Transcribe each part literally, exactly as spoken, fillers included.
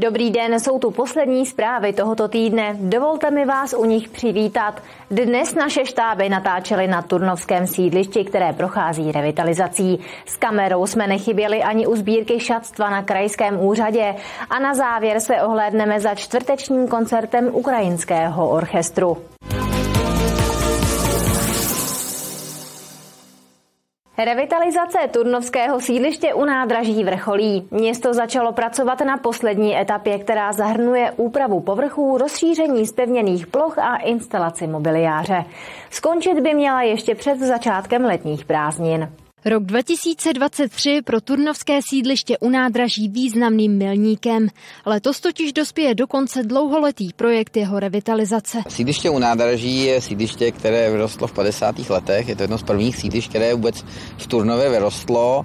Dobrý den, jsou tu poslední zprávy tohoto týdne. Dovolte mi vás u nich přivítat. Dnes naše štáby natáčely na turnovském sídlišti, které prochází revitalizací. S kamerou jsme nechyběli ani u sbírky šatstva na krajském úřadě. A na závěr se ohlédneme za čtvrtečním koncertem ukrajinského orchestru. Revitalizace turnovského sídliště u nádraží vrcholí. Město začalo pracovat na poslední etapě, která zahrnuje úpravu povrchů, rozšíření zpevněných ploch a instalaci mobiliáře. Skončit by měla ještě před začátkem letních prázdnin. Rok dva tisíce dvacet tři je pro turnovské sídliště u nádraží významným milníkem. Letos totiž dospěje do konce dlouholetý projekt jeho revitalizace. Sídliště u nádraží je sídliště, které vyrostlo v padesátých letech. Je to jedno z prvních sídlišť, které vůbec v Turnově vyrostlo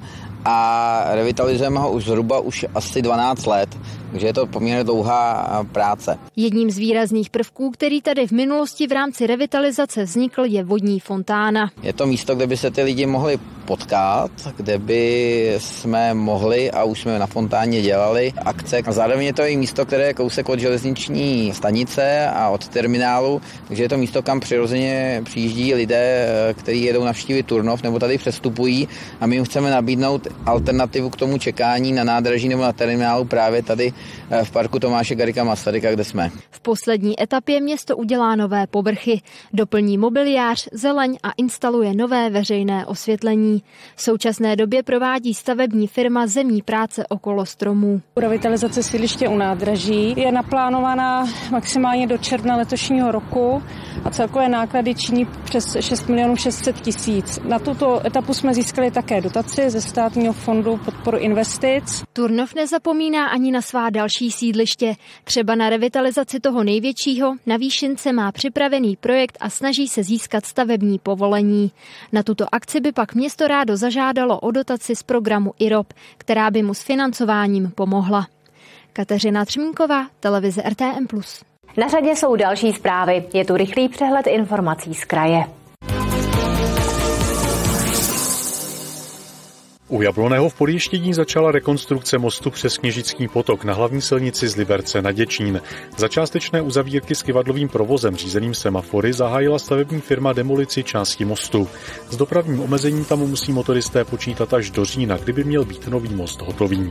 a revitalizujeme ho už zhruba už asi dvanáct let. Takže je to poměrně dlouhá práce. Jedním z výrazných prvků, který tady v minulosti v rámci revitalizace vznikl, je vodní fontána. Je to místo, kde by se ty lidi mohli potkat, kde by jsme mohli a už jsme na fontáně dělali akce. A zároveň je to i místo, které je kousek od železniční stanice a od terminálu, takže je to místo, kam přirozeně přijíždí lidé, kteří jedou navštívit Turnov nebo tady přestupují a my jim chceme nabídnout alternativu k tomu čekání na nádraží nebo na terminálu právě tady v parku Tomáše Garrigua Masaryka, kde jsme. V poslední etapě město udělá nové povrchy, doplní mobiliář, zeleň a instaluje nové veřejné osvětlení. V současné době provádí stavební firma zemní práce okolo stromů. Revitalizace sídliště u nádraží je naplánovaná maximálně do června letošního roku a celkové náklady činí přes šest milionů šest set tisíc. Na tuto etapu jsme získali také dotaci ze státního fondu podporu investic. Turnov nezapomíná ani na svá další sídliště. Třeba na revitalizaci toho největšího na Výšince má připravený projekt a snaží se získat stavební povolení. Na tuto akci by pak město rádo zažádalo o dotaci z programu I R O P, která by mu s financováním pomohla. Kateřina Třmínková, televize R T M plus. Na řadě jsou další zprávy. Je tu rychlý přehled informací z kraje. U Jabloného v Podještědí začala rekonstrukce mostu přes Kněžický potok na hlavní silnici z Liberce na Děčín. Za částečné uzavírky s kyvadlovým provozem řízeným semafory zahájila stavební firma demolici části mostu. S dopravním omezením tam musí motoristé počítat až do října, kdyby měl být nový most hotový.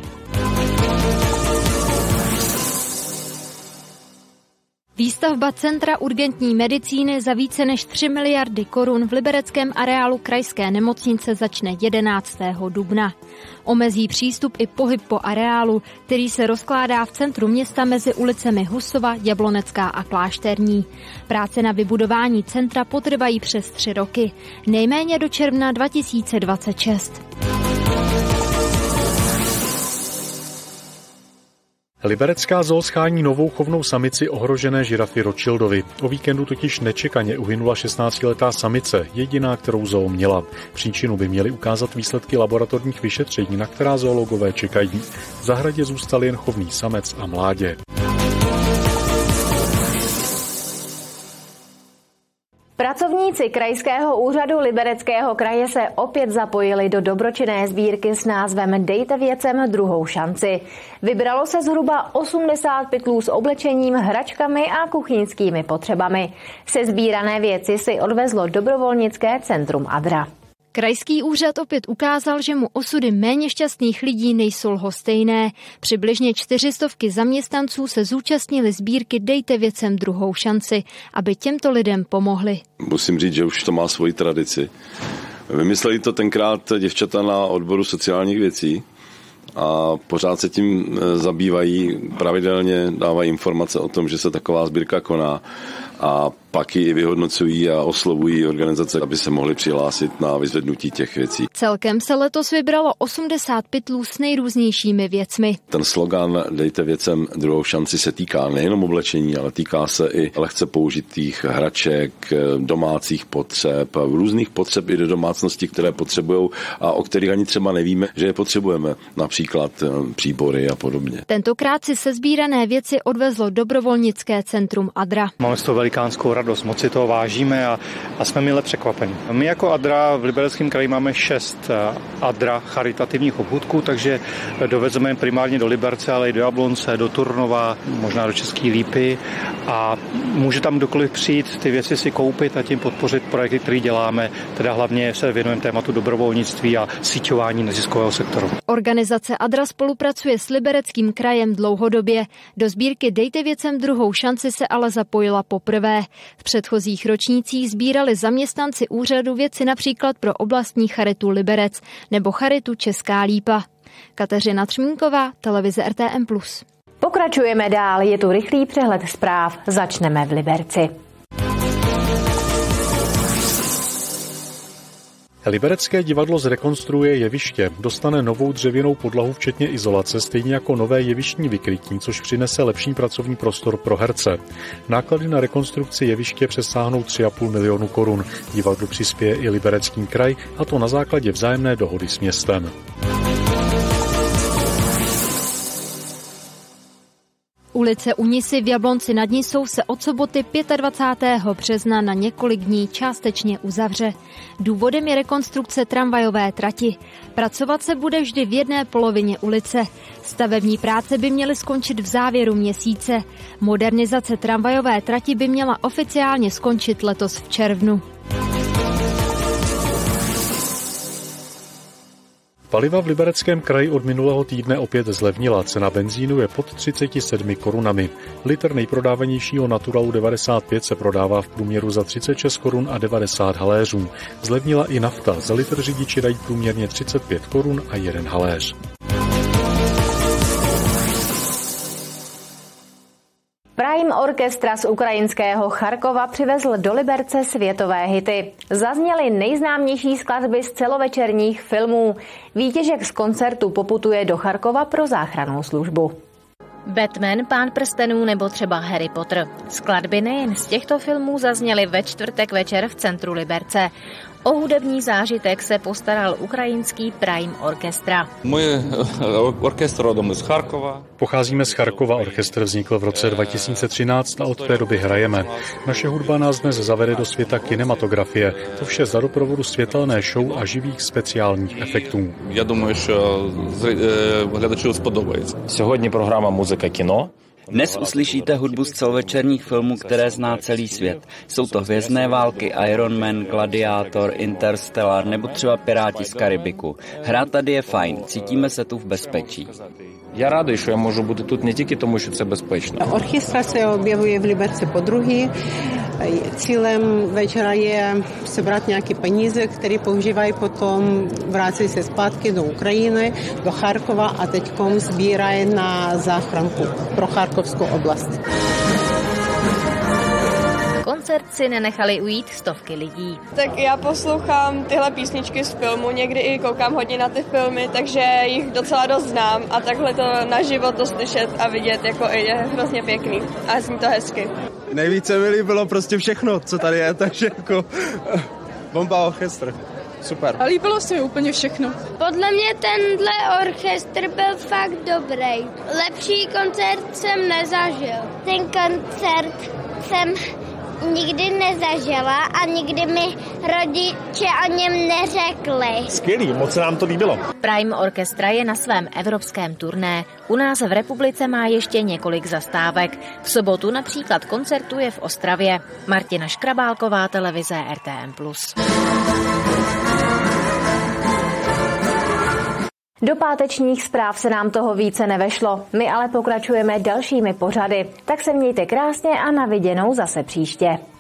Výstavba Centra urgentní medicíny za více než tři miliardy korun v libereckém areálu krajské nemocnice začne jedenáctého dubna. Omezí přístup i pohyb po areálu, který se rozkládá v centru města mezi ulicemi Husova, Jablonecká a Klášterní. Práce na vybudování centra potrvají přes tři roky, nejméně do června dva tisíce dvacet šest. Liberecká zoo schání novou chovnou samici ohrožené žirafy Rothschildovi. O víkendu totiž nečekaně uhynula šestnáctiletá samice, jediná, kterou zoo měla. Příčinu by měly ukázat výsledky laboratorních vyšetření, na která zoologové čekají. V zahradě zůstal jen chovný samec a mládě. Pracovníci krajského úřadu Libereckého kraje se opět zapojili do dobročinné sbírky s názvem Dejte věcem druhou šanci. Vybralo se zhruba osmdesát pytlů s oblečením, hračkami a kuchyňskými potřebami. Sesbírané věci si odvezlo dobrovolnické centrum Adra. Krajský úřad opět ukázal, že mu osudy méně šťastných lidí nejsou lhostejné. Přibližně čtyřistovky zaměstnanců se zúčastnili sbírky Dejte věcem druhou šanci, aby těmto lidem pomohli. Musím říct, že už to má svoji tradici. Vymysleli to tenkrát děvčata na odboru sociálních věcí a pořád se tím zabývají, pravidelně dávají informace o tom, že se taková sbírka koná a pak ji vyhodnocují a oslovují organizace, aby se mohly přihlásit na vyzvednutí těch věcí. Celkem se letos vybralo osmdesát pytlů s nejrůznějšími věcmi. Ten slogan Dejte věcem druhou šanci se týká nejenom oblečení, ale týká se i lehce použitých hraček, domácích potřeb, různých potřeb i do domácnosti, které potřebujou a o kterých ani třeba nevíme, že je potřebujeme, například příbory a podobně. Tentokrát si sesbírané věci odvezlo dobrovolnické centrum Adra. Máme z toho velikánskou radost. Moc si toho vážíme a, a jsme mile překvapeni. My jako Adra v Libereckém kraji máme šest Adra charitativních obchůdků, takže dovezeme primárně do Liberce, ale i do Jablonce, do Turnova, možná do České Lípy a může tam kdokoliv přijít, ty věci si koupit a tím podpořit projekty, které děláme. Teda hlavně se věnujeme tématu dobrovolnictví a síťování neziskového sektoru. Organizace Adra spolupracuje s Libereckým krajem dlouhodobě. Do sbírky Dejte věcem druhou šanci se ale zapojila poprvé. V předchozích ročnících sbírali zaměstnanci úřadu věci například pro oblastní charitu Liberec nebo charitu Česká Lípa. Kateřina Třmínková, televize R T M plus. Pokračujeme dál, je tu rychlý přehled zpráv. Začneme v Liberci. Liberecké divadlo zrekonstruuje jeviště, dostane novou dřevěnou podlahu včetně izolace, stejně jako nové jevištní vykrytí, což přinese lepší pracovní prostor pro herce. Náklady na rekonstrukci jeviště přesáhnou tři a půl milionu korun. Divadlu přispěje i Liberecký kraj, a to na základě vzájemné dohody s městem. Ulice u Nisy v Jablonci nad Nisou se od soboty dvacátého pátého března na několik dní částečně uzavře. Důvodem je rekonstrukce tramvajové trati. Pracovat se bude vždy v jedné polovině ulice. Stavební práce by měly skončit v závěru měsíce. Modernizace tramvajové trati by měla oficiálně skončit letos v červnu. Paliva v Libereckém kraji od minulého týdne opět zlevnila. Cena benzínu je pod třiceti sedmi korunami. Litr nejprodávanějšího Naturalu devadesát pět se prodává v průměru za třicet šest korun a devadesát haléřů. Zlevnila i nafta. Za litr řidiči dají průměrně třicet pět korun a jeden haléř. Prime Orchestra z ukrajinského Charkova přivezl do Liberce světové hity. Zazněly nejznámější skladby z celovečerních filmů. Výtěžek z koncertu poputuje do Charkova pro záchrannou službu. Batman, Pán prstenů nebo třeba Harry Potter. Skladby nejen z těchto filmů zazněly ve čtvrtek večer v centru Liberce. O hudební zážitek se postaral ukrajinský Prime Orchestra. My orchestr rodom z Charkova. Pocházíme z Charkova, orchestr vznikl v roce dva tisíce třináct a od té doby hrajeme. Naše hudba nás dnes zavede do světa kinematografie. To vše za doprovodu světelné show a živých speciálních efektů. Já думаю, že hledačům spodobaється. Сьогодні програма Музика кіно. Dnes uslyšíte hudbu z celovečerních filmů, které zná celý svět. Jsou to Hvězdné války, Iron Man, Gladiátor, Interstellar nebo třeba Piráti z Karibiku. Hrát tady je fajn, cítíme se tu v bezpečí. Я радий, що я можу бути тут не тільки тому, що це безпечно. Оркестр се об'явує в Ліберці по-друге. Цілем вечора є зібрати nějaké peníze, які používají potom, vrací se zpátky do Ukrajiny, do Charkova a teďkom sbírají na záchranku pro Charkovskou oblast. Koncert si nenechali ujít stovky lidí. Tak já poslouchám tyhle písničky z filmu, někdy i koukám hodně na ty filmy, takže jich docela dost znám a takhle to naživo to slyšet a vidět jako je hrozně pěkný a zní to hezky. Nejvíce mi líbilo prostě všechno, co tady je, takže jako bomba orchestr. Super. A líbilo se mi úplně všechno. Podle mě tenhle orchestr byl fakt dobrý. Lepší koncert jsem nezažil. Ten koncert jsem nikdy nezažila a nikdy mi rodiče o něm neřekli. Skvělý, moc se nám to líbilo. Prime Orchestra je na svém evropském turné. U nás v republice má ještě několik zastávek. V sobotu například koncertuje v Ostravě. Martina Škrabálková, televize R T M plus. Do pátečních zpráv se nám toho více nevešlo. My ale pokračujeme dalšími pořady. Tak se mějte krásně a na viděnou zase příště.